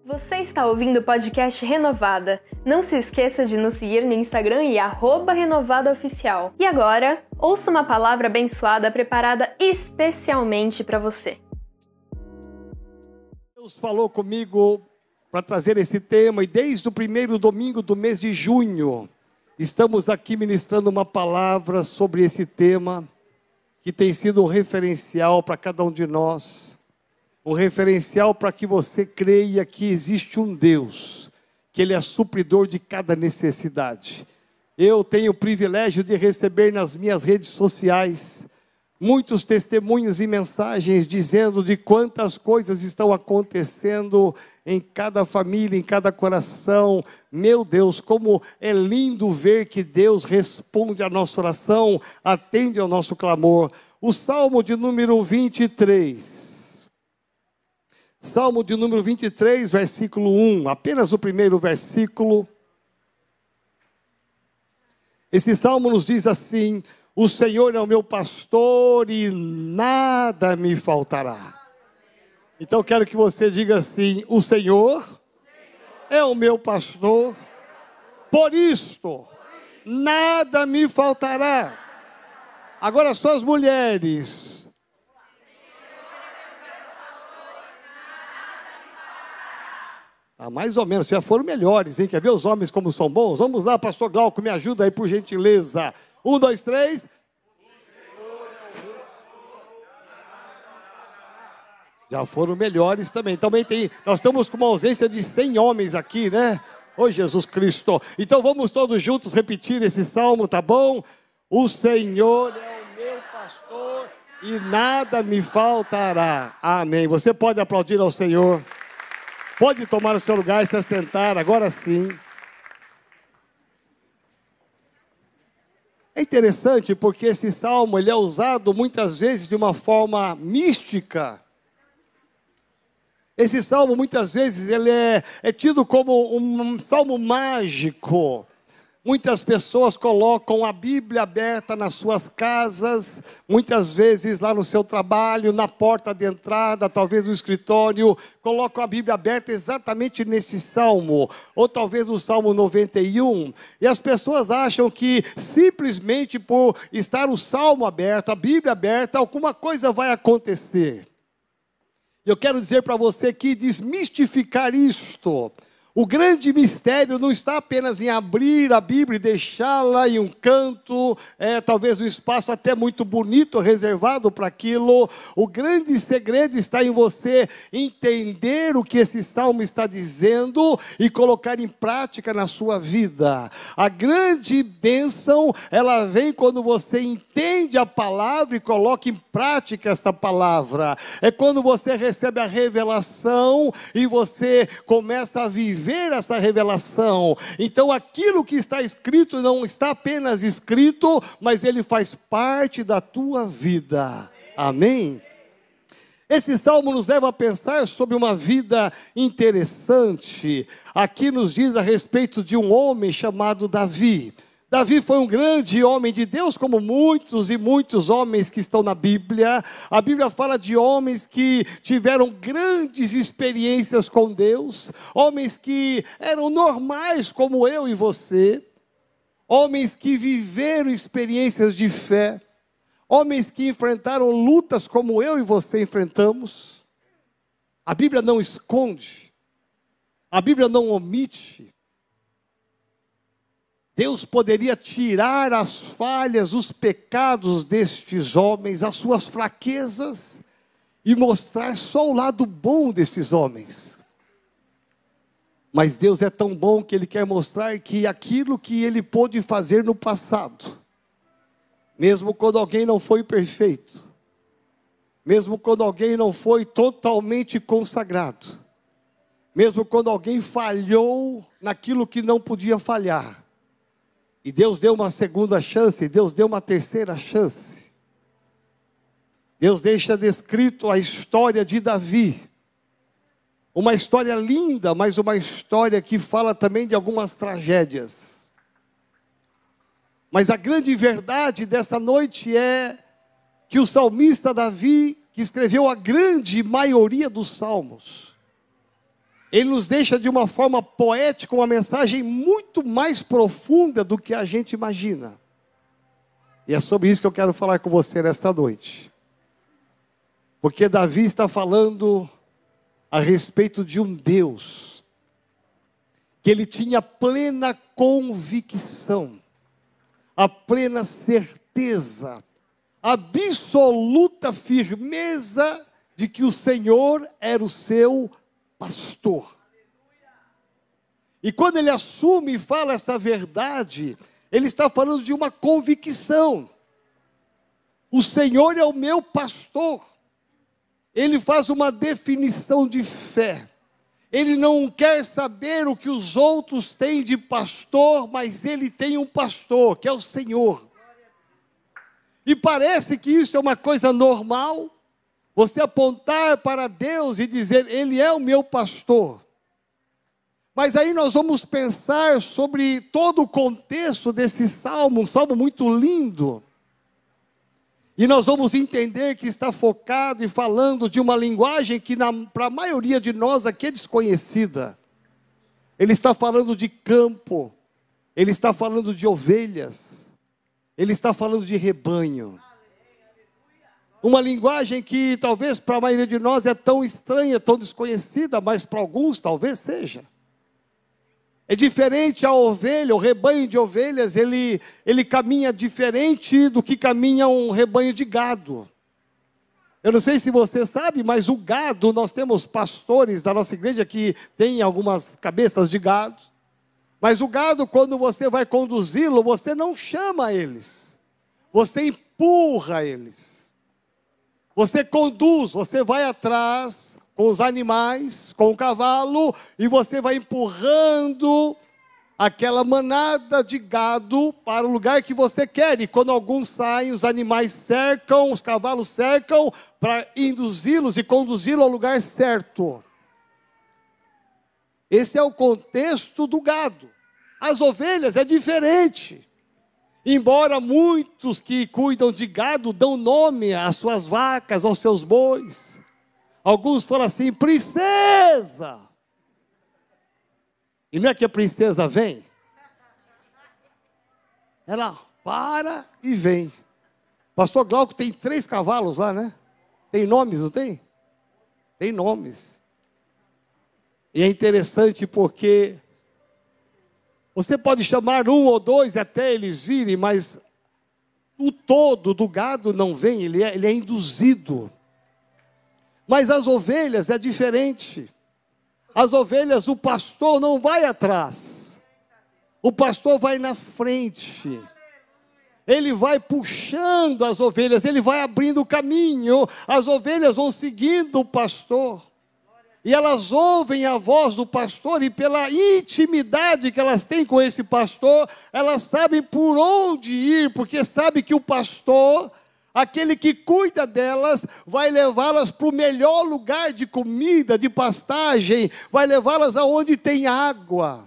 Você está ouvindo o podcast Renovada. Não se esqueça de nos seguir no Instagram e @renovadaoficial. E agora, ouça uma palavra abençoada preparada especialmente para você. Deus falou comigo para trazer esse tema e desde o primeiro domingo do mês de junho, estamos aqui ministrando uma palavra sobre esse tema que tem sido um referencial para cada um de nós. Um referencial para que você creia que existe um Deus, que Ele é supridor de cada necessidade. Eu tenho o privilégio de receber nas minhas redes sociais muitos testemunhos e mensagens dizendo de quantas coisas estão acontecendo em cada família, em cada coração. Meu Deus, como é lindo ver que Deus responde à nossa oração, atende ao nosso clamor. O Salmo de número 23. Salmo de número 23, versículo 1, apenas o primeiro versículo. Esse salmo nos diz assim: o Senhor é o meu pastor e nada me faltará. Então quero que você diga assim: o Senhor é o meu pastor, por isto nada me faltará. Agora só as mulheres. Mais ou menos, já foram melhores, hein? Quer ver os homens como são bons? Vamos lá, pastor Glauco, me ajuda aí por gentileza. 1, 2, 3. Já foram melhores também. Nós estamos com uma ausência de 100 homens aqui, né? Ô Jesus Cristo. Então vamos todos juntos repetir esse salmo, tá bom? O Senhor é o meu pastor e nada me faltará. Amém. Você pode aplaudir ao Senhor. Pode tomar o seu lugar e se assentar, agora sim. É interessante porque esse salmo ele é usado muitas vezes de uma forma mística. Esse salmo muitas vezes ele é tido como um salmo mágico. Muitas pessoas colocam a Bíblia aberta nas suas casas, muitas vezes lá no seu trabalho, na porta de entrada, talvez no escritório, colocam a Bíblia aberta exatamente nesse salmo, ou talvez no Salmo 91. E as pessoas acham que simplesmente por estar o salmo aberto, a Bíblia aberta, alguma coisa vai acontecer. Eu quero dizer para você aqui, desmistificar isto. O grande mistério não está apenas em abrir a Bíblia e deixá-la em um canto, talvez um espaço até muito bonito, reservado para aquilo. O grande segredo está em você entender o que esse salmo está dizendo e colocar em prática na sua vida. A grande bênção, ela vem quando você entende a palavra e coloca em prática essa palavra. É quando você recebe a revelação e você começa a viver essa revelação. Então aquilo que está escrito não está apenas escrito, mas ele faz parte da tua vida. Amém? Esse salmo nos leva a pensar sobre uma vida interessante. Aqui nos diz a respeito de um homem chamado Davi. Davi foi um grande homem de Deus, como muitos e muitos homens que estão na Bíblia. A Bíblia fala de homens que tiveram grandes experiências com Deus, homens que eram normais como eu e você, homens que viveram experiências de fé, homens que enfrentaram lutas como eu e você enfrentamos. A Bíblia não esconde, a Bíblia não omite. Deus poderia tirar as falhas, os pecados destes homens, as suas fraquezas, e mostrar só o lado bom desses homens. Mas Deus é tão bom que Ele quer mostrar que aquilo que Ele pôde fazer no passado, mesmo quando alguém não foi perfeito, mesmo quando alguém não foi totalmente consagrado, mesmo quando alguém falhou naquilo que não podia falhar, e Deus deu uma segunda chance, Deus deu uma terceira chance. Deus deixa descrito a história de Davi. Uma história linda, mas uma história que fala também de algumas tragédias. Mas a grande verdade dessa noite é que o salmista Davi, que escreveu a grande maioria dos salmos, ele nos deixa de uma forma poética, uma mensagem muito mais profunda do que a gente imagina. E é sobre isso que eu quero falar com você nesta noite. Porque Davi está falando a respeito de um Deus que ele tinha plena convicção, a plena certeza, absoluta firmeza de que o Senhor era o seu pastor. E quando ele assume e fala esta verdade, ele está falando de uma convicção. O Senhor é o meu pastor. Ele faz uma definição de fé. Ele não quer saber o que os outros têm de pastor, mas ele tem um pastor, que é o Senhor. E parece que isso é uma coisa normal, você apontar para Deus e dizer, Ele é o meu pastor. Mas aí nós vamos pensar sobre todo o contexto desse salmo, um salmo muito lindo. E nós vamos entender que está focado e falando de uma linguagem que para a maioria de nós aqui é desconhecida. Ele está falando de campo, ele está falando de ovelhas, ele está falando de rebanho. Uma linguagem que talvez para a maioria de nós é tão estranha, tão desconhecida, mas para alguns talvez seja. É diferente a ovelha, o rebanho de ovelhas, ele caminha diferente do que caminha um rebanho de gado. Eu não sei se você sabe, mas o gado, nós temos pastores da nossa igreja que têm algumas cabeças de gado. Mas o gado, quando você vai conduzi-lo, você não chama eles. Você empurra eles. Você conduz, você vai atrás com os animais, com o cavalo, e você vai empurrando aquela manada de gado para o lugar que você quer. E quando alguns saem, os animais cercam, os cavalos cercam, para induzi-los e conduzi-los ao lugar certo. Esse é o contexto do gado. As ovelhas é diferente. Embora muitos que cuidam de gado dão nome às suas vacas, aos seus bois. Alguns falam assim, princesa. E não é que a princesa vem? Ela para e vem. Pastor Glauco tem 3 cavalos lá, né? Tem nomes, não tem? Tem nomes. E é interessante porque você pode chamar 1 ou 2 até eles virem, mas o todo do gado não vem, ele é induzido. Mas as ovelhas é diferente. As ovelhas, o pastor não vai atrás. O pastor vai na frente. Ele vai puxando as ovelhas, ele vai abrindo o caminho. As ovelhas vão seguindo o pastor. E elas ouvem a voz do pastor, e pela intimidade que elas têm com esse pastor, elas sabem por onde ir, porque sabe que o pastor, aquele que cuida delas, vai levá-las para o melhor lugar de comida, de pastagem, vai levá-las aonde tem água.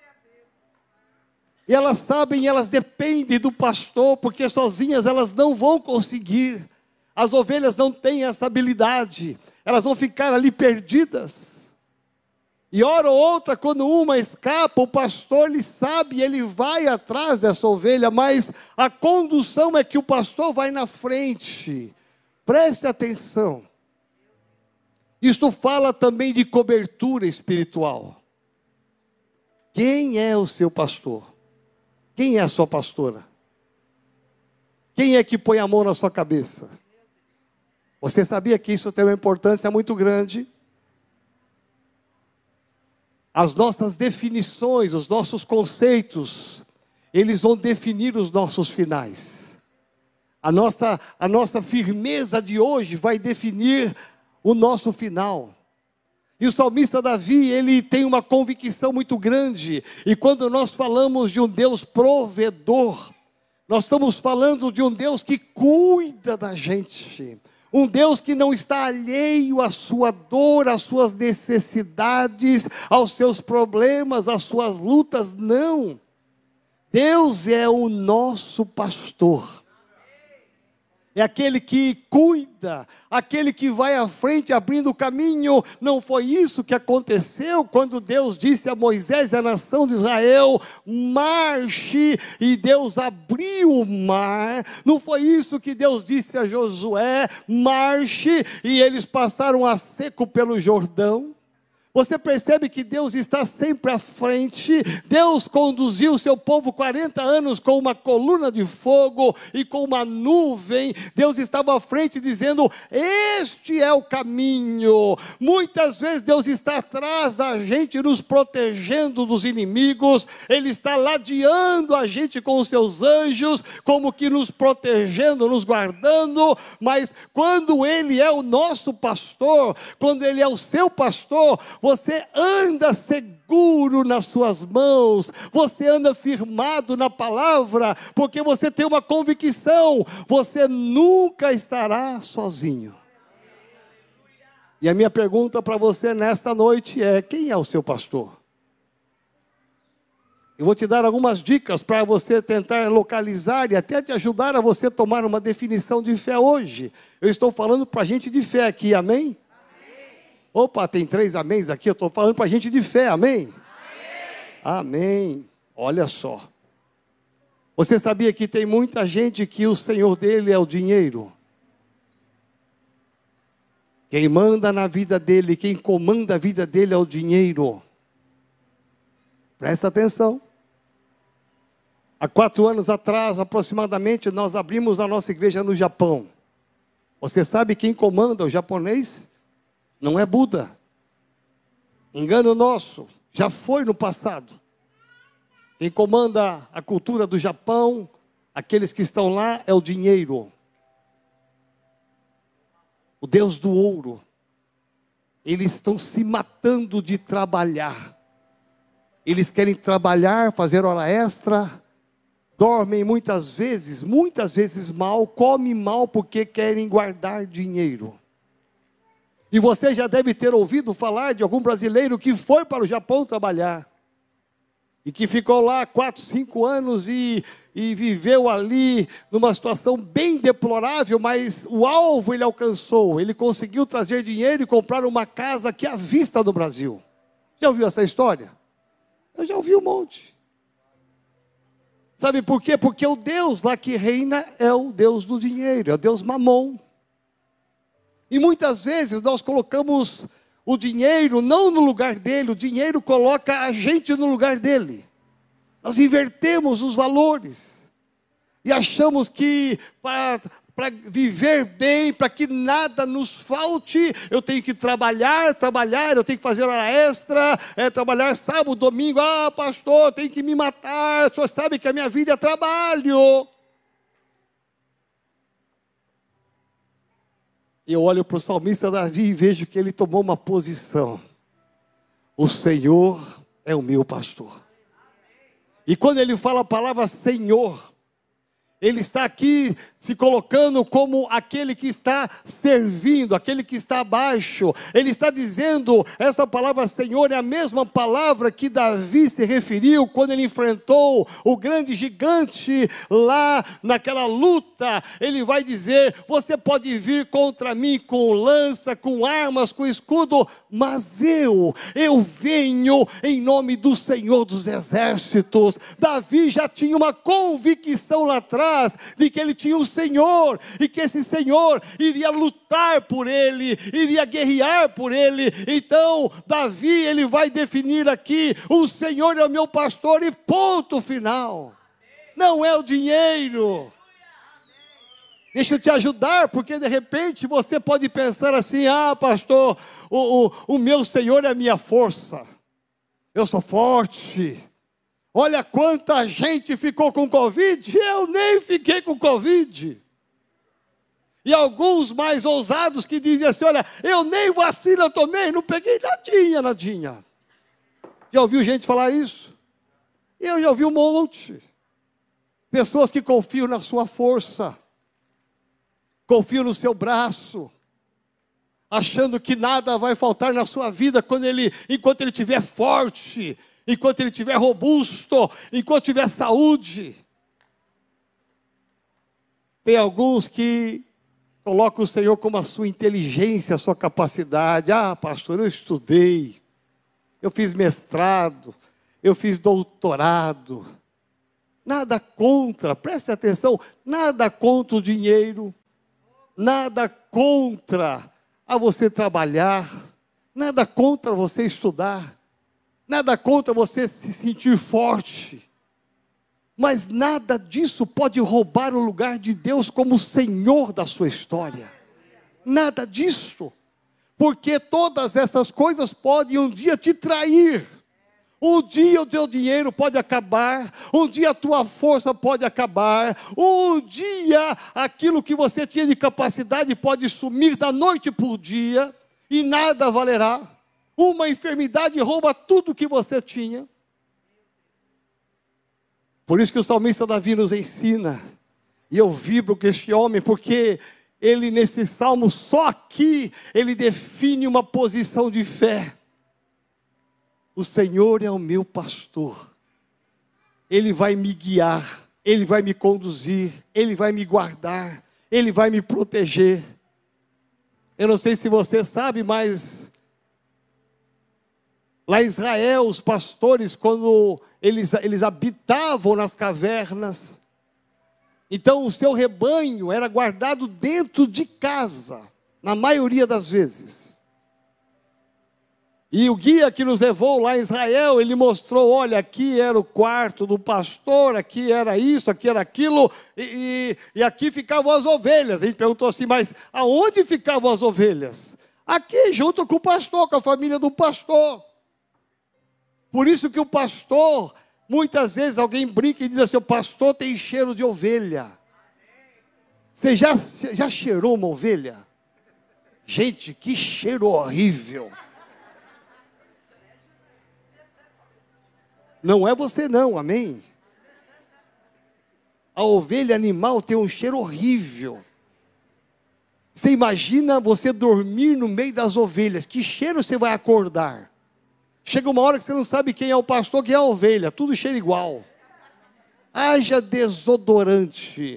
E elas sabem, elas dependem do pastor, porque sozinhas elas não vão conseguir. As ovelhas não têm essa habilidade. Elas vão ficar ali perdidas. E hora ou outra, quando uma escapa, o pastor, ele sabe, ele vai atrás dessa ovelha, mas a condução é que o pastor vai na frente. Preste atenção. Isto fala também de cobertura espiritual. Quem é o seu pastor? Quem é a sua pastora? Quem é que põe a mão na sua cabeça? Você sabia que isso tem uma importância muito grande? As nossas definições, os nossos conceitos, eles vão definir os nossos finais. A nossa firmeza de hoje vai definir o nosso final. E o salmista Davi, ele tem uma convicção muito grande. E quando nós falamos de um Deus provedor, nós estamos falando de um Deus que cuida da gente. Um Deus que não está alheio à sua dor, às suas necessidades, aos seus problemas, às suas lutas, não. Deus é o nosso pastor. É aquele que cuida, aquele que vai à frente abrindo o caminho. Não foi isso que aconteceu quando Deus disse a Moisés e à nação de Israel: marche, e Deus abriu o mar. Não foi isso que Deus disse a Josué: marche, e eles passaram a seco pelo Jordão. Você percebe que Deus está sempre à frente. Deus conduziu o seu povo 40 anos com uma coluna de fogo e com uma nuvem. Deus estava à frente dizendo: este é o caminho. Muitas vezes Deus está atrás da gente, nos protegendo dos inimigos. Ele está ladeando a gente com os seus anjos, como que nos protegendo, nos guardando. Mas quando Ele é o nosso pastor, quando Ele é o seu pastor, você anda seguro nas suas mãos, você anda firmado na palavra, porque você tem uma convicção: você nunca estará sozinho. E a minha pergunta para você nesta noite é: quem é o seu pastor? Eu vou te dar algumas dicas para você tentar localizar e até te ajudar a você tomar uma definição de fé hoje. Eu estou falando para gente de fé aqui, amém? Opa, tem 3 améns aqui, eu estou falando para gente de fé, amém? Amém. Olha só. Você sabia que tem muita gente que o Senhor dele é o dinheiro? Quem manda na vida dele, quem comanda a vida dele é o dinheiro. Presta atenção. Há 4 anos atrás, aproximadamente, nós abrimos a nossa igreja no Japão. Você sabe quem comanda o japonês? Não é Buda. Engano nosso, já foi no passado. Quem comanda a cultura do Japão, aqueles que estão lá, é o dinheiro. O Deus do ouro. Eles estão se matando de trabalhar. Eles querem trabalhar, fazer hora extra, dormem muitas vezes mal, comem mal porque querem guardar dinheiro. E você já deve ter ouvido falar de algum brasileiro que foi para o Japão trabalhar. E que ficou lá 4, 5 anos e viveu ali numa situação bem deplorável, mas o alvo ele alcançou. Ele conseguiu trazer dinheiro e comprar uma casa aqui à vista do Brasil. Já ouviu essa história? Eu já ouvi um monte. Sabe por quê? Porque o Deus lá que reina é o Deus do dinheiro, é o Deus Mamon. E muitas vezes nós colocamos o dinheiro não no lugar dele, o dinheiro coloca a gente no lugar dele. Nós invertemos os valores. E achamos que para viver bem, para que nada nos falte, eu tenho que trabalhar, eu tenho que fazer hora extra, trabalhar sábado, domingo. Ah, pastor, eu tenho que me matar, o senhor sabe que a minha vida é trabalho. Eu olho para o salmista Davi e vejo que ele tomou uma posição. O Senhor é o meu pastor. E quando ele fala a palavra Senhor, ele está aqui se colocando como aquele que está servindo, aquele que está abaixo. Ele está dizendo, essa palavra Senhor é a mesma palavra que Davi se referiu quando ele enfrentou o grande gigante lá naquela luta. Ele vai dizer, você pode vir contra mim com lança, com armas, com escudo, mas eu venho em nome do Senhor dos Exércitos. Davi já tinha uma convicção lá atrás, de que ele tinha um Senhor, e que esse Senhor iria lutar por ele, iria guerrear por ele. Então Davi, ele vai definir aqui, o Senhor é o meu pastor e ponto final. Não é o dinheiro. Deixa eu te ajudar, porque de repente você pode pensar assim, ah pastor, o meu Senhor é a minha força, eu sou forte. Olha quanta gente ficou com Covid, eu nem fiquei com Covid. E alguns mais ousados que dizem assim, olha, eu nem vacina tomei, não peguei nadinha. Já ouviu gente falar isso? Eu já ouvi um monte. Pessoas que confiam na sua força, confiam no seu braço, achando que nada vai faltar na sua vida enquanto ele estiver forte, enquanto ele estiver robusto, enquanto tiver saúde. Tem alguns que colocam o Senhor como a sua inteligência, a sua capacidade. Ah, pastor, eu estudei, eu fiz mestrado, eu fiz doutorado. Nada contra, preste atenção, nada contra o dinheiro, nada contra a você trabalhar, nada contra você estudar, nada contra você se sentir forte. Mas nada disso pode roubar o lugar de Deus como Senhor da sua história. Nada disso. Porque todas essas coisas podem um dia te trair. Um dia o teu dinheiro pode acabar. Um dia a tua força pode acabar. Um dia aquilo que você tinha de capacidade pode sumir da noite por dia. E nada valerá. Uma enfermidade rouba tudo que você tinha. Por isso que o salmista Davi nos ensina, e eu vibro com este homem, porque ele nesse salmo, só aqui, ele define uma posição de fé. O Senhor é o meu pastor, Ele vai me guiar, Ele vai me conduzir, Ele vai me guardar, Ele vai me proteger. Eu não sei se você sabe, mas lá em Israel, os pastores, quando eles habitavam nas cavernas, então o seu rebanho era guardado dentro de casa, na maioria das vezes. E o guia que nos levou lá em Israel, ele mostrou, olha, aqui era o quarto do pastor, aqui era isso, aqui era aquilo, e aqui ficavam as ovelhas. A gente perguntou assim, mas aonde ficavam as ovelhas? Aqui, junto com o pastor, com a família do pastor. Por isso que o pastor, muitas vezes alguém brinca e diz assim, o pastor tem cheiro de ovelha. Você já cheirou uma ovelha? Gente, que cheiro horrível. Não é você não, amém? A ovelha animal tem um cheiro horrível. Você imagina você dormir no meio das ovelhas, que cheiro você vai acordar? Chega uma hora que você não sabe quem é o pastor, quem é a ovelha, tudo cheira igual. Haja desodorante.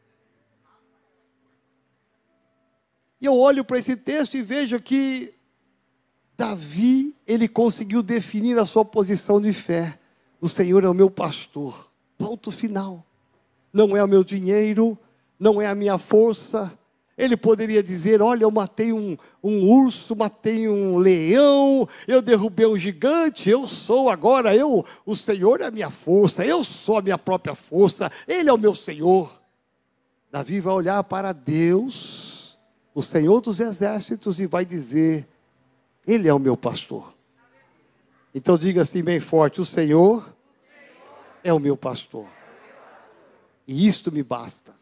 E eu olho para esse texto e vejo que Davi, ele conseguiu definir a sua posição de fé. O Senhor é o meu pastor, ponto final. Não é o meu dinheiro, não é a minha força. Ele poderia dizer, olha, eu matei um urso, matei um leão, eu derrubei um gigante, eu sou agora, o Senhor é a minha força, eu sou a minha própria força, Ele é o meu Senhor. Davi vai olhar para Deus, o Senhor dos exércitos, e vai dizer, Ele é o meu pastor. Então diga assim bem forte, o Senhor é o meu pastor. E isto me basta.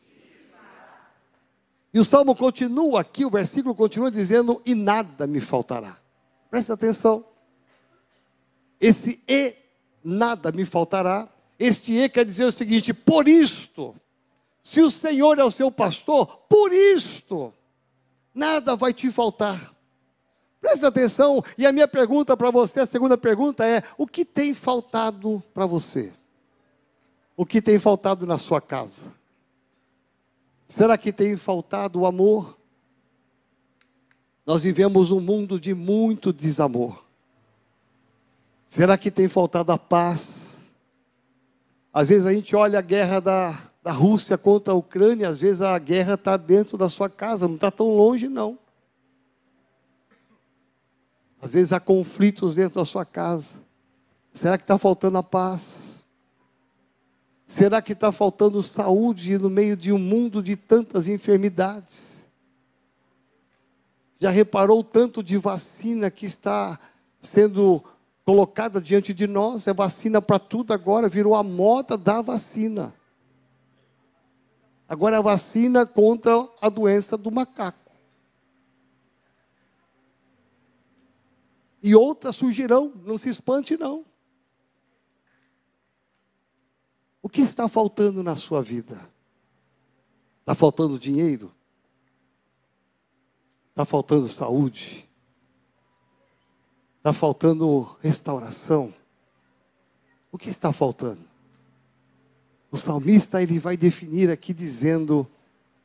E o salmo continua aqui, o versículo continua dizendo, e nada me faltará. Presta atenção. Esse e nada me faltará, este e quer dizer o seguinte, por isto, se o Senhor é o seu pastor, por isto, nada vai te faltar. Presta atenção, e a minha pergunta para você, a segunda pergunta é, o que tem faltado para você? O que tem faltado na sua casa? Será que tem faltado o amor? Nós vivemos um mundo de muito desamor. Será que tem faltado a paz? Às vezes a gente olha a guerra da Rússia contra a Ucrânia, às vezes a guerra está dentro da sua casa, não está tão longe não. Às vezes há conflitos dentro da sua casa. Será que está faltando a paz? Será que está faltando saúde no meio de um mundo de tantas enfermidades? Já reparou o tanto de vacina que está sendo colocada diante de nós? É vacina para tudo agora, virou a moda da vacina. Agora é a vacina contra a doença do macaco. E outras surgirão, não se espante não. O que está faltando na sua vida? Está faltando dinheiro? Está faltando saúde? Está faltando restauração? O que está faltando? O salmista ele vai definir aqui dizendo,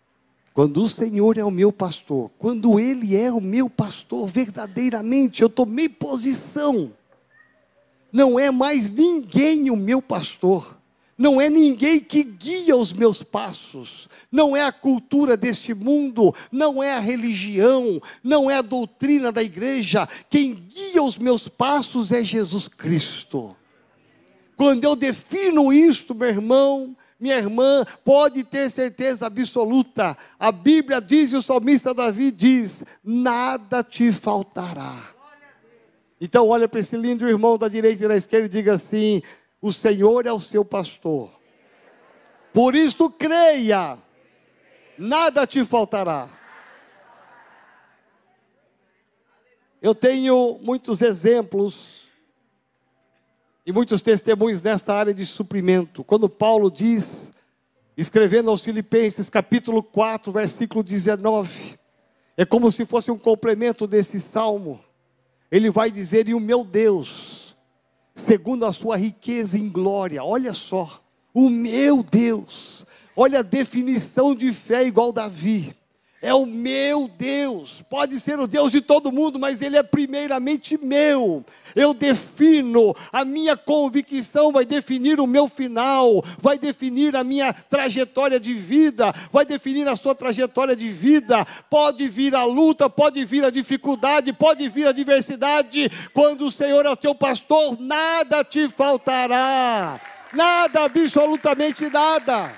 Quando o Senhor é o meu pastor, quando Ele é o meu pastor, verdadeiramente eu tomei posição. Não é mais ninguém o meu pastor. Não é ninguém que guia os meus passos, não é a cultura deste mundo, não é a religião, não é a doutrina da igreja. Quem guia os meus passos é Jesus Cristo. Quando eu defino isto, meu irmão, minha irmã, pode ter certeza absoluta. A Bíblia diz, e o salmista Davi diz: nada te faltará. Então olha para esse lindo irmão da direita e da esquerda e diga assim: o Senhor é o seu pastor, por isso creia, nada te faltará. Eu tenho muitos exemplos e muitos testemunhos nesta área de suprimento. Quando Paulo diz, escrevendo aos Filipenses, capítulo 4, versículo 19, é como se fosse um complemento desse salmo. Ele vai dizer: e o meu Deus, segundo a sua riqueza em glória. Olha só, o meu Deus. Olha a definição de fé igual Davi. É o meu Deus. Pode ser o Deus de todo mundo, mas Ele é primeiramente meu. Eu defino, a minha convicção vai definir o meu final, vai definir a minha trajetória de vida, vai definir a sua trajetória de vida. Pode vir a luta, pode vir a dificuldade, pode vir a adversidade. Quando o Senhor é o teu pastor, nada te faltará. Nada, absolutamente nada.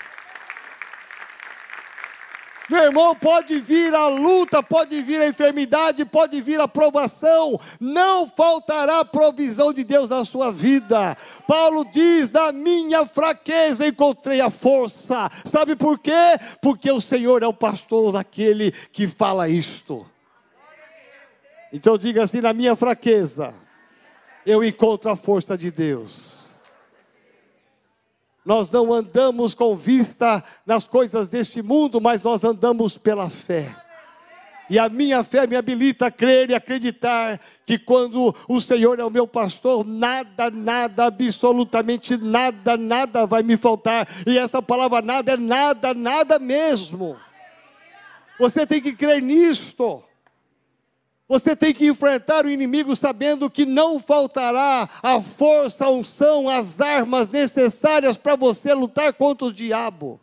Meu irmão, pode vir a luta, pode vir a enfermidade, pode vir a provação, não faltará provisão de Deus na sua vida. Paulo diz: na minha fraqueza encontrei a força. Sabe por quê? Porque o Senhor é o pastor daquele que fala isto. Então diga assim: na minha fraqueza eu encontro a força de Deus. Nós não andamos com vista nas coisas deste mundo, mas nós andamos pela fé. E a minha fé me habilita a crer e acreditar que quando o Senhor é o meu pastor, nada, nada, absolutamente nada, nada vai me faltar. E essa palavra nada é nada, nada mesmo. Você tem que crer nisto. Você tem que enfrentar o inimigo sabendo que não faltará a força, a unção, as armas necessárias para você lutar contra o diabo.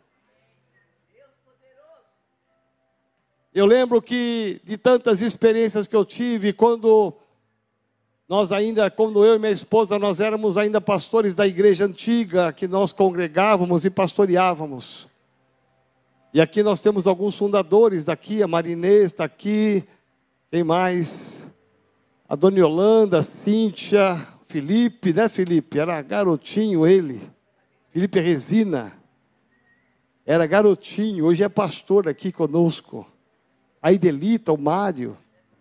Eu lembro que de tantas experiências que eu tive, quando eu e minha esposa, nós éramos ainda pastores da igreja antiga, que nós congregávamos e pastoreávamos. E aqui nós temos alguns fundadores daqui, a Marinês está aqui. Quem mais? A Dona Yolanda, a Cíntia, Felipe, né Felipe? Era garotinho ele. Felipe Resina. Era garotinho, hoje é pastor aqui conosco. A Idelita, o Mário.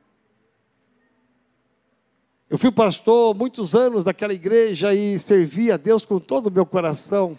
Eu fui pastor muitos anos daquela igreja e servi a Deus com todo o meu coração.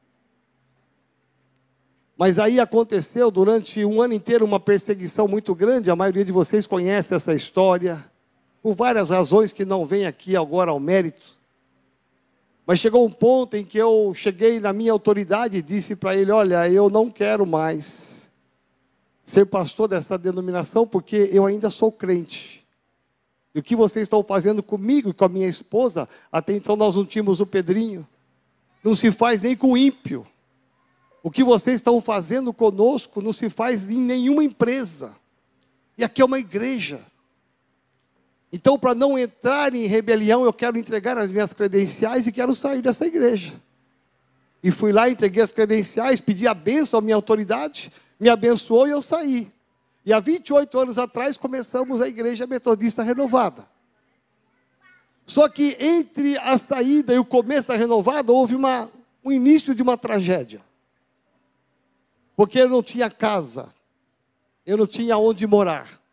Mas aí aconteceu durante um ano inteiro uma perseguição muito grande. A maioria de vocês conhece essa história, por várias razões que não vem aqui agora ao mérito. Mas chegou um ponto em que eu cheguei na minha autoridade e disse para ele: olha, eu não quero mais ser pastor dessa denominação, porque eu ainda sou crente. E o que vocês estão fazendo comigo e com a minha esposa, até então nós não tínhamos o Pedrinho, não se faz nem com ímpio. O que vocês estão fazendo conosco não se faz em nenhuma empresa. E aqui é uma igreja. Então, para não entrar em rebelião, eu quero entregar as minhas credenciais e quero sair dessa igreja. E fui lá, entreguei as credenciais, pedi a bênção à minha autoridade, me abençoou e eu saí. E há 28 anos atrás começamos a Igreja Metodista Renovada. Só que entre a saída e o começo da renovada, houve um início de uma tragédia. Porque eu não tinha casa, eu não tinha onde morar.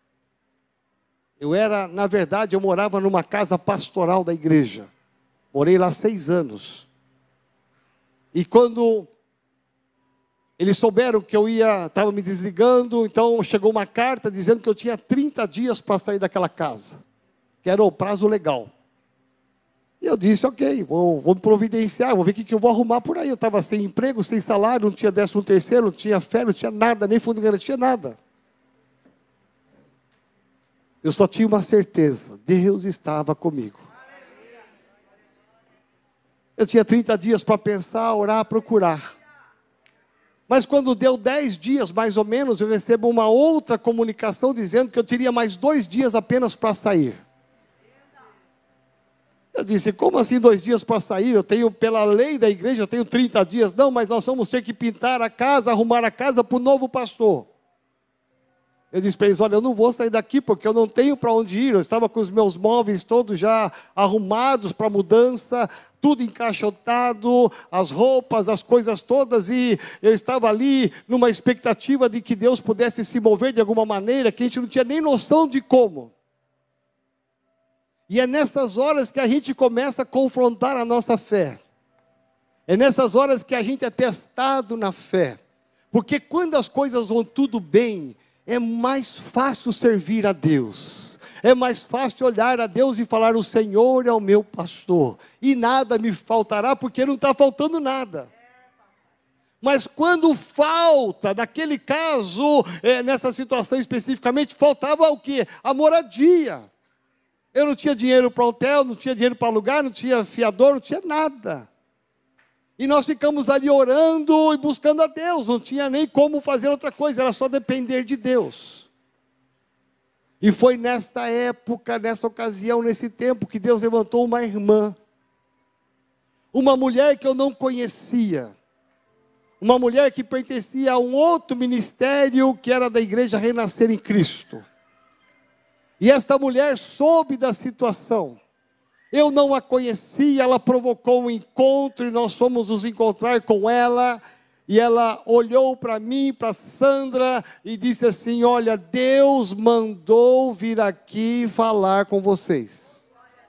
Na verdade, eu morava numa casa pastoral da igreja. Morei lá 6 anos. E quando eles souberam que eu estava me desligando, então chegou uma carta dizendo que eu tinha 30 dias para sair daquela casa, que era o prazo legal. E eu disse, ok, vou me providenciar, vou ver o que eu vou arrumar por aí. Eu estava sem emprego, sem salário, não tinha 13º, não tinha férias, não tinha nada, nem fundo de garantia, nada. Eu só tinha uma certeza, Deus estava comigo. Eu tinha 30 dias para pensar, orar, procurar. Mas quando deu 10 dias, mais ou menos, eu recebo uma outra comunicação dizendo que eu teria mais 2 dias apenas para sair. Eu disse, como assim 2 dias para sair? Eu tenho, pela lei da igreja, eu tenho 30 dias. Não, mas nós vamos ter que pintar a casa, arrumar a casa para o novo pastor. Eu disse para eles, olha, eu não vou sair daqui porque eu não tenho para onde ir. Eu estava com os meus móveis todos já arrumados para mudança, tudo encaixotado, as roupas, as coisas todas. E eu estava ali numa expectativa de que Deus pudesse se mover de alguma maneira, que a gente não tinha nem noção de como. E é nessas horas que a gente começa a confrontar a nossa fé. É nessas horas que a gente é testado na fé. Porque quando as coisas vão tudo bem, é mais fácil servir a Deus. É mais fácil olhar a Deus e falar, o Senhor é o meu pastor. E nada me faltará, porque não está faltando nada. Mas quando falta, naquele caso, nessa situação especificamente, faltava o quê? A moradia. Eu não tinha dinheiro para hotel, não tinha dinheiro para alugar, não tinha fiador, não tinha nada. E nós ficamos ali orando e buscando a Deus. Não tinha nem como fazer outra coisa, era só depender de Deus. E foi nesta época, nessa ocasião, nesse tempo, que Deus levantou uma irmã. Uma mulher que eu não conhecia. Uma mulher que pertencia a um outro ministério que era da igreja Renascer em Cristo. E esta mulher soube da situação. Eu não a conhecia, ela provocou um encontro e nós fomos nos encontrar com ela. E ela olhou para mim, para Sandra e disse assim, olha, Deus mandou vir aqui falar com vocês.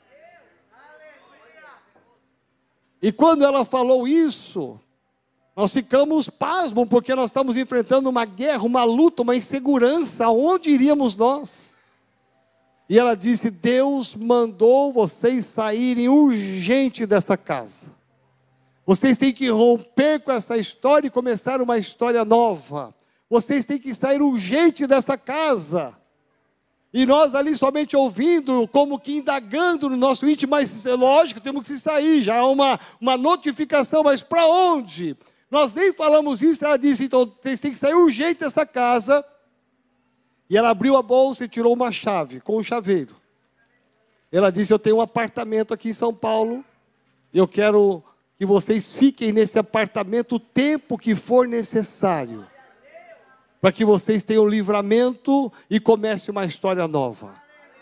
E quando ela falou isso, nós ficamos pasmos, porque nós estamos enfrentando uma guerra, uma luta, uma insegurança. Aonde iríamos nós? E ela disse, Deus mandou vocês saírem urgente dessa casa. Vocês têm que romper com essa história e começar uma história nova. Vocês têm que sair urgente dessa casa. E nós ali somente ouvindo, como que indagando no nosso íntimo, mas é lógico, temos que sair, já há uma notificação, mas para onde? Nós nem falamos isso, ela disse, então vocês têm que sair urgente dessa casa. E ela abriu a bolsa e tirou uma chave, com um chaveiro. Ela disse, eu tenho um apartamento aqui em São Paulo, eu quero que vocês fiquem nesse apartamento o tempo que for necessário, para que vocês tenham livramento e comece uma história nova.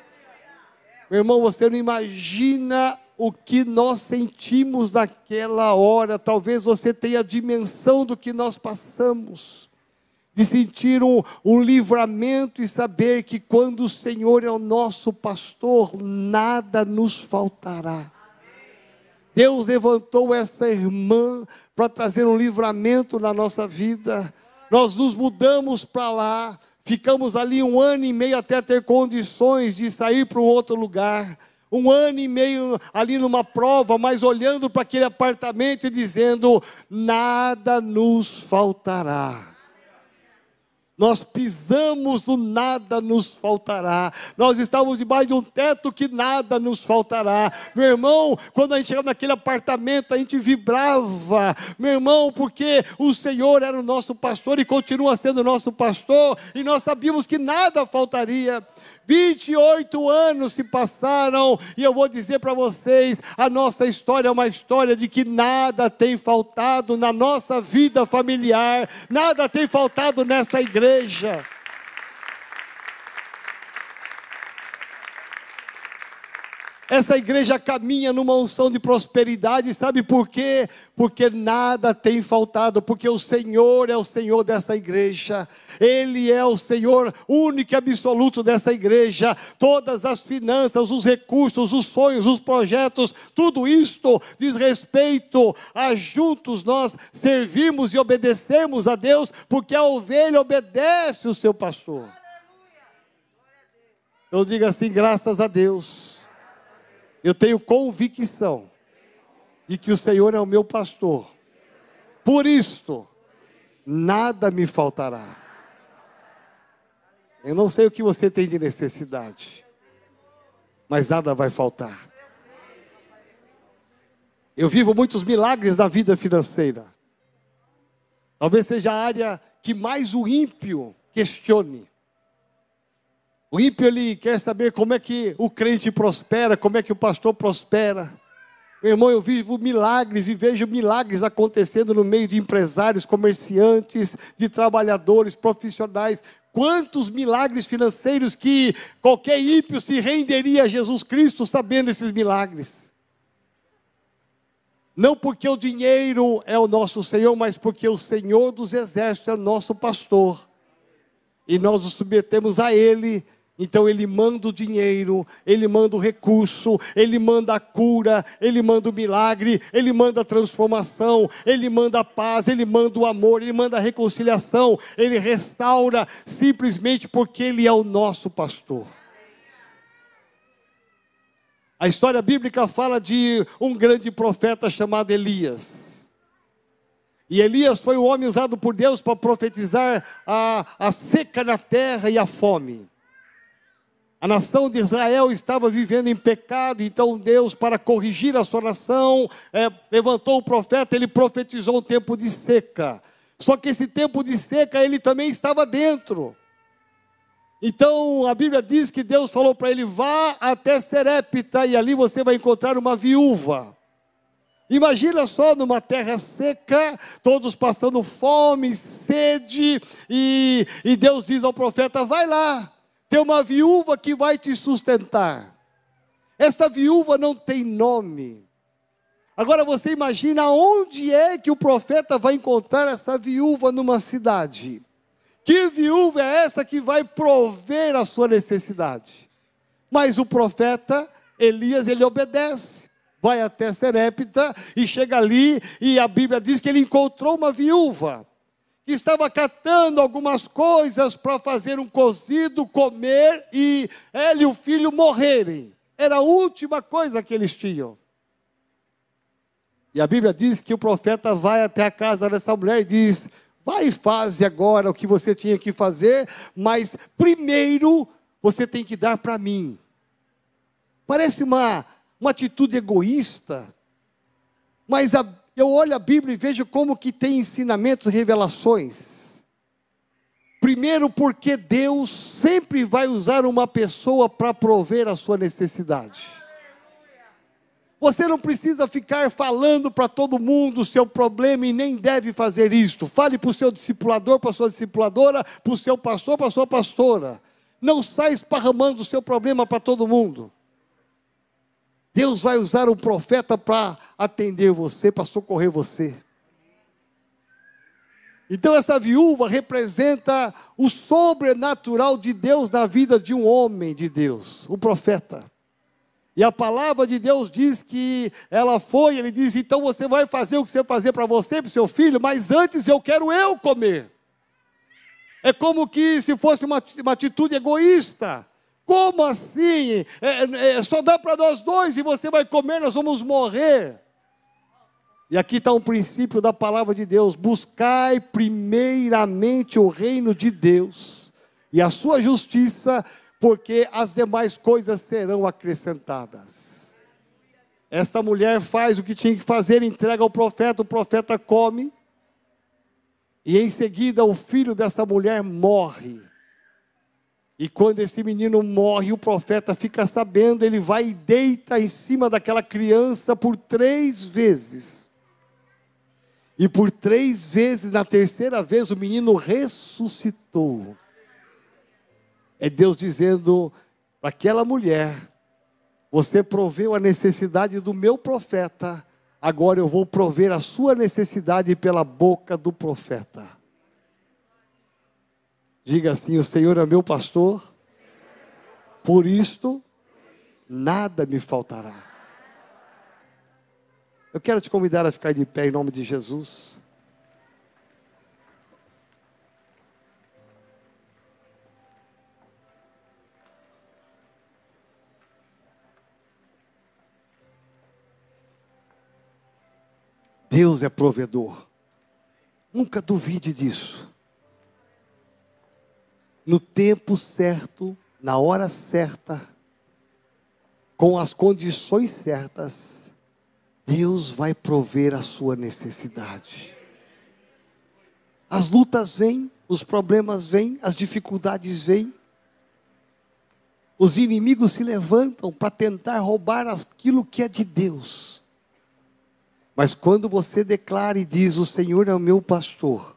Meu irmão, você não imagina o que nós sentimos naquela hora, talvez você tenha a dimensão do que nós passamos. De sentir um livramento e saber que quando o Senhor é o nosso pastor, nada nos faltará. Deus levantou essa irmã para trazer um livramento na nossa vida. Nós nos mudamos para lá, ficamos ali 1 ano e meio até ter condições de sair para um outro lugar. 1 ano e meio ali numa prova, mas olhando para aquele apartamento e dizendo, nada nos faltará. Nós pisamos no nada nos faltará. Nós estamos debaixo de um teto que nada nos faltará. Meu irmão, quando a gente chegava naquele apartamento, a gente vibrava. Meu irmão, porque o Senhor era o nosso pastor e continua sendo o nosso pastor. E nós sabíamos que nada faltaria. 28 anos se passaram e eu vou dizer para vocês, a nossa história é uma história de que nada tem faltado na nossa vida familiar, nada tem faltado nessa igreja. Essa igreja caminha numa unção de prosperidade, sabe por quê? Porque nada tem faltado, porque o Senhor é o Senhor dessa igreja, Ele é o Senhor único e absoluto dessa igreja, todas as finanças, os recursos, os sonhos, os projetos, tudo isto diz respeito a juntos nós servirmos e obedecermos a Deus, porque a ovelha obedece o seu pastor. Eu digo assim, graças a Deus. Eu tenho convicção de que o Senhor é o meu pastor. Por isto, nada me faltará. Eu não sei o que você tem de necessidade, mas nada vai faltar. Eu vivo muitos milagres na vida financeira. Talvez seja a área que mais o ímpio questione. O ímpio, ele quer saber como é que o crente prospera, como é que o pastor prospera. Meu irmão, eu vivo milagres e vejo milagres acontecendo no meio de empresários, comerciantes, de trabalhadores, profissionais. Quantos milagres financeiros que qualquer ímpio se renderia a Jesus Cristo sabendo esses milagres. Não porque o dinheiro é o nosso Senhor, mas porque o Senhor dos Exércitos é nosso pastor. E nós nos submetemos a Ele. Então Ele manda o dinheiro, Ele manda o recurso, Ele manda a cura, Ele manda o milagre, Ele manda a transformação, Ele manda a paz, Ele manda o amor, Ele manda a reconciliação, Ele restaura, simplesmente porque Ele é o nosso pastor. A história bíblica fala de um grande profeta chamado Elias. E Elias foi o homem usado por Deus para profetizar a seca na terra e a fome. A nação de Israel estava vivendo em pecado, então Deus, para corrigir a sua nação, levantou o profeta, ele profetizou um tempo de seca. Só que esse tempo de seca, ele também estava dentro. Então a Bíblia diz que Deus falou para ele: vá até Serepta e ali você vai encontrar uma viúva. Imagina só, numa terra seca, todos passando fome, sede, e Deus diz ao profeta: vai lá. Tem uma viúva que vai te sustentar. Esta viúva não tem nome. Agora você imagina onde é que o profeta vai encontrar essa viúva numa cidade. Que viúva é essa que vai prover a sua necessidade? Mas o profeta Elias, ele obedece. Vai até Serepta e chega ali e a Bíblia diz que ele encontrou uma viúva que estava catando algumas coisas para fazer um cozido, comer e ela e o filho morrerem. Era a última coisa que eles tinham. E a Bíblia diz que o profeta vai até a casa dessa mulher e diz: vai e faze agora o que você tinha que fazer, mas primeiro você tem que dar para mim. Parece uma atitude egoísta, mas eu olho a Bíblia e vejo como que tem ensinamentos e revelações. Primeiro, porque Deus sempre vai usar uma pessoa para prover a sua necessidade. Você não precisa ficar falando para todo mundo o seu problema e nem deve fazer isto. Fale para o seu discipulador, para a sua discipuladora, para o seu pastor, para a sua pastora. Não saia esparramando o seu problema para todo mundo. Deus vai usar um profeta para atender você, para socorrer você. Então essa viúva representa o sobrenatural de Deus na vida de um homem de Deus, o profeta. E a palavra de Deus diz que ela foi, ele diz: então você vai fazer o que você fazer para você, para o seu filho, mas antes eu quero eu comer. É como que se fosse uma atitude egoísta. Como assim? Só dá para nós dois e você vai comer, nós vamos morrer. E aqui está um princípio da palavra de Deus: buscai primeiramente o reino de Deus e a sua justiça, porque as demais coisas serão acrescentadas. Esta mulher faz o que tinha que fazer, entrega ao profeta, o profeta come, e em seguida o filho dessa mulher morre. E quando esse menino morre, o profeta fica sabendo, ele vai e deita em cima daquela criança por 3 vezes. E por 3 vezes, na terceira vez, o menino ressuscitou. É Deus dizendo para aquela mulher: você proveu a necessidade do meu profeta, agora eu vou prover a sua necessidade pela boca do profeta. Diga assim: o Senhor é meu pastor, por isto nada me faltará. Eu quero te convidar a ficar de pé em nome de Jesus. Deus é provedor. Nunca duvide disso. No tempo certo, na hora certa, com as condições certas, Deus vai prover a sua necessidade. As lutas vêm, os problemas vêm, as dificuldades vêm. Os inimigos se levantam para tentar roubar aquilo que é de Deus. Mas quando você declara e diz, o Senhor é o meu pastor,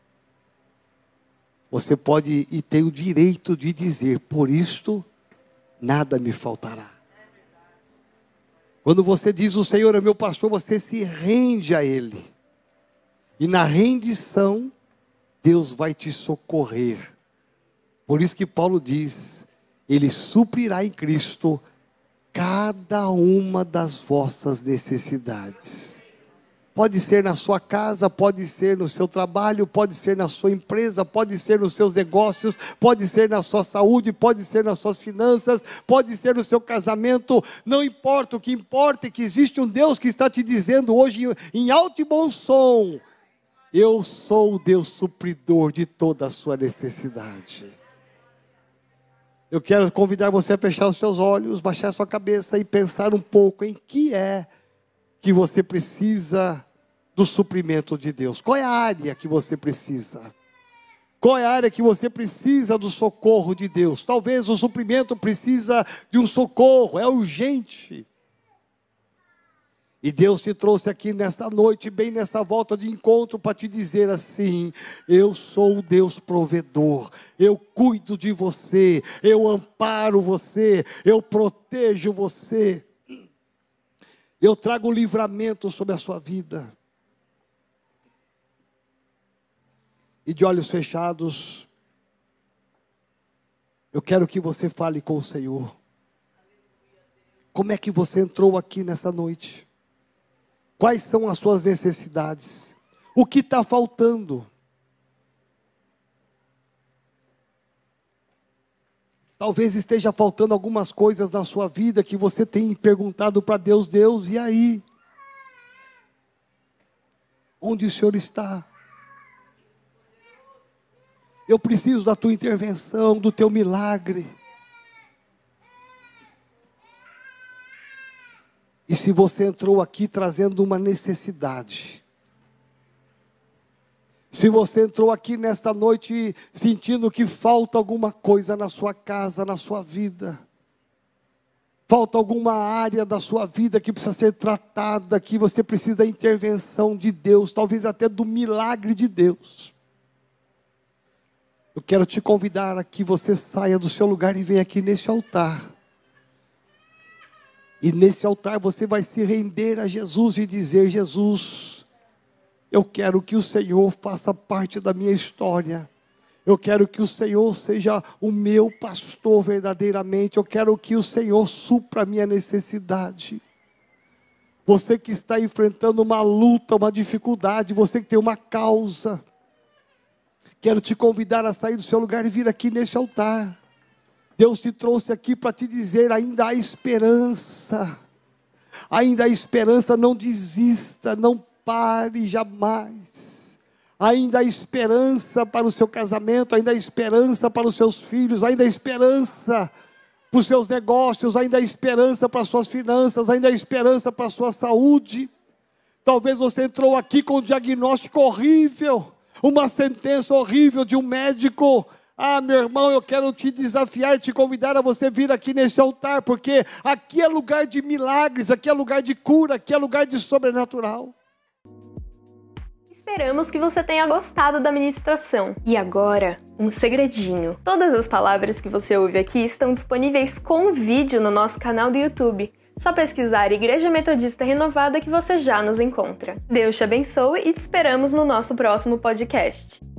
você pode e tem o direito de dizer, por isto nada me faltará. Quando você diz, o Senhor é meu pastor, você se rende a Ele. E na rendição, Deus vai te socorrer. Por isso que Paulo diz, Ele suprirá em Cristo cada uma das vossas necessidades. Pode ser na sua casa, pode ser no seu trabalho, pode ser na sua empresa, pode ser nos seus negócios, pode ser na sua saúde, pode ser nas suas finanças, pode ser no seu casamento. Não importa, o que importa é que existe um Deus que está te dizendo hoje em alto e bom som, eu sou o Deus supridor de toda a sua necessidade. Eu quero convidar você a fechar os seus olhos, baixar a sua cabeça e pensar um pouco em que é que você precisa do suprimento de Deus. Qual é a área que você precisa? Qual é a área que você precisa do socorro de Deus? Talvez o suprimento precisa de um socorro, é urgente. E Deus te trouxe aqui nesta noite, bem nesta volta de encontro, para te dizer assim, eu sou o Deus provedor, eu cuido de você, eu amparo você, eu protejo você. Eu trago livramento sobre a sua vida. E de olhos fechados, eu quero que você fale com o Senhor. Como é que você entrou aqui nessa noite? Quais são as suas necessidades? O que está faltando? Talvez esteja faltando algumas coisas na sua vida que você tem perguntado para Deus, Deus, e aí? Onde o Senhor está? Eu preciso da tua intervenção, do teu milagre. E se você entrou aqui trazendo uma necessidade, se você entrou aqui nesta noite sentindo que falta alguma coisa na sua casa, na sua vida, falta alguma área da sua vida que precisa ser tratada, que você precisa da intervenção de Deus, talvez até do milagre de Deus, eu quero te convidar a que você saia do seu lugar e venha aqui nesse altar. E nesse altar você vai se render a Jesus e dizer, Jesus, eu quero que o Senhor faça parte da minha história. Eu quero que o Senhor seja o meu pastor verdadeiramente. Eu quero que o Senhor supra a minha necessidade. Você que está enfrentando uma luta, uma dificuldade, você que tem uma causa, quero te convidar a sair do seu lugar e vir aqui nesse altar. Deus te trouxe aqui para te dizer, ainda há esperança. Ainda há esperança, não desista, não pare jamais. Ainda há esperança para o seu casamento, ainda há esperança para os seus filhos, ainda há esperança para os seus negócios, ainda há esperança para as suas finanças, ainda há esperança para a sua saúde. Talvez você entrou aqui com um diagnóstico horrível, uma sentença horrível de um médico. Ah, meu irmão, eu quero te desafiar, te convidar a você vir aqui nesse altar, porque aqui é lugar de milagres, aqui é lugar de cura, aqui é lugar de sobrenatural. Esperamos que você tenha gostado da ministração. E agora, um segredinho. Todas as palavras que você ouve aqui estão disponíveis com vídeo no nosso canal do YouTube. Só pesquisar Igreja Metodista Renovada que você já nos encontra. Deus te abençoe e te esperamos no nosso próximo podcast.